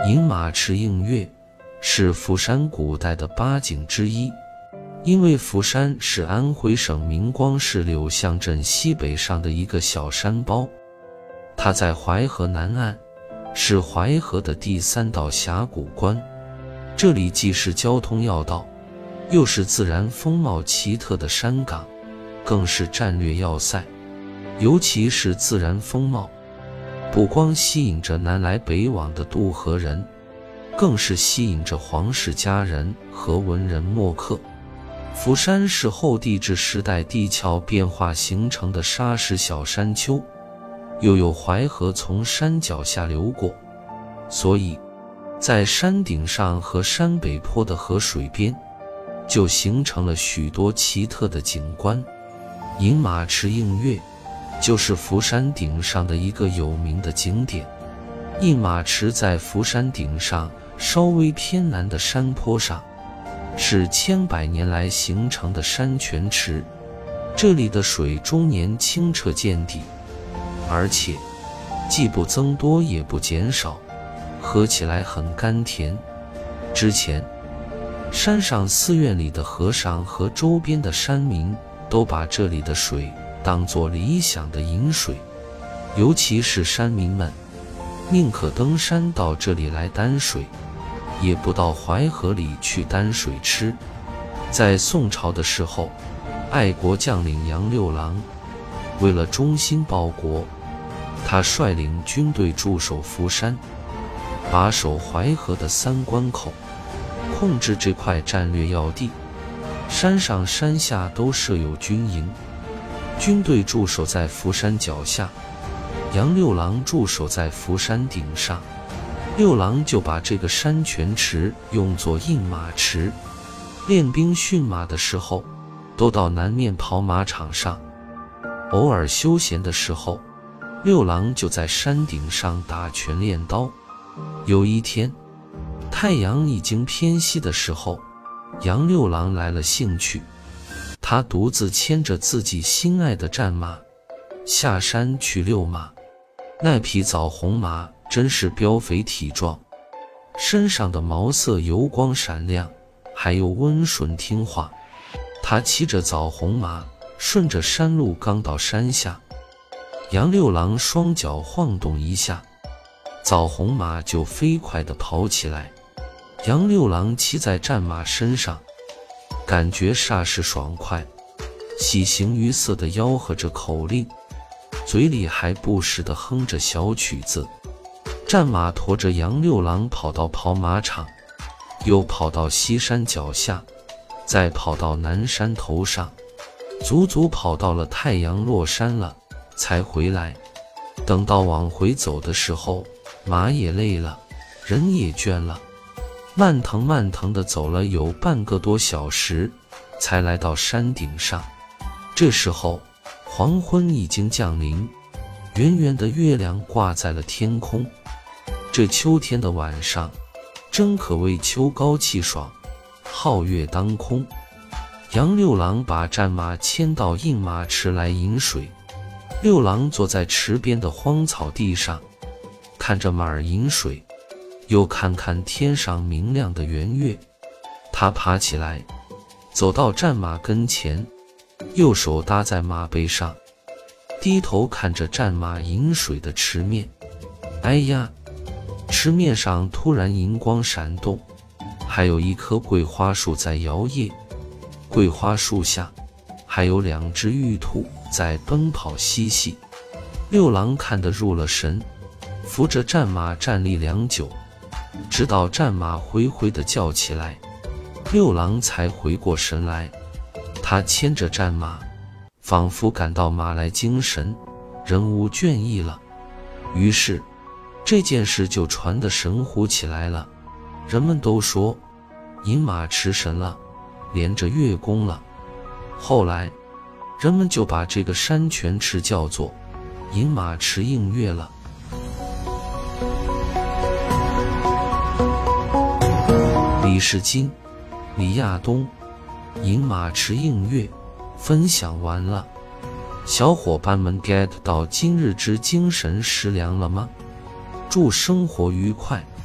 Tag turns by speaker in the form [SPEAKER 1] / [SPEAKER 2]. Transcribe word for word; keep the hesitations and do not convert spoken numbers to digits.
[SPEAKER 1] 饮马池映月是福山古代的八景之一，因为福山是安徽省明光市柳巷镇西北上的一个小山包，它在淮河南岸，是淮河的第三道峡谷关。这里既是交通要道，又是自然风貌奇特的山岗，更是战略要塞。尤其是自然风貌，不光吸引着南来北往的渡河人，更是吸引着皇室家人和文人墨客。福山是后地质时代地壳变化形成的沙石小山丘，又有淮河从山脚下流过，所以在山顶上和山北坡的河水边，就形成了许多奇特的景观。饮马池映月就是福山顶上的一个有名的景点。饮马池在福山顶上稍微偏南的山坡上，是千百年来形成的山泉池，这里的水终年清澈见底，而且既不增多也不减少，喝起来很甘甜。之前山上寺院里的和尚和周边的山民都把这里的水当作理想的饮水，尤其是山民们宁可登山到这里来担水，也不到淮河里去担水吃。在宋朝的时候，爱国将领杨六郎为了忠心报国，他率领军队驻守福山，把守淮河的三关口，控制这块战略要地。山上山下都设有军营，军队驻守在福山脚下，杨六郎驻守在福山顶上。六郎就把这个山泉池用作饮马池，练兵驯马的时候都到南面跑马场上，偶尔休闲的时候，六郎就在山顶上打拳练刀。有一天太阳已经偏西的时候，杨六郎来了兴趣，他独自牵着自己心爱的战马下山去遛马。那匹枣红马真是膘肥体壮，身上的毛色油光闪亮，还有温顺听话。他骑着枣红马顺着山路刚到山下，杨六郎双脚晃动一下，枣红马就飞快地跑起来。杨六郎骑在战马身上，感觉煞是爽快，喜形于色地吆喝着口令，嘴里还不时地哼着小曲子。战马驮着杨六郎跑到跑马场，又跑到西山脚下，再跑到南山头上，足足跑到了太阳落山了才回来。等到往回走的时候，马也累了，人也倦了，慢腾慢腾地走了有半个多小时，才来到山顶上。这时候黄昏已经降临，圆圆的月亮挂在了天空。这秋天的晚上真可谓秋高气爽，皓月当空。杨六郎把战马牵到饮马池来饮水，六郎坐在池边的荒草地上，看着马儿饮水，又看看天上明亮的圆月。他爬起来走到战马跟前，右手搭在马背上，低头看着战马饮水的池面。哎呀，池面上突然银光闪动，还有一棵桂花树在摇曳，桂花树下还有两只玉兔在奔跑嬉戏。六郎看得入了神，扶着战马站立良久，直到战马灰灰地叫起来，六郎才回过神来。他牵着战马，仿佛感到马来精神，人无倦意了。于是这件事就传得神乎起来了，人们都说饮马池神了，连着月宫了。后来人们就把这个山泉池叫做饮马池映月了。李世金、李亚东，饮马池映月分享完了，小伙伴们 get 到今日之精神食粮了吗？祝生活愉快，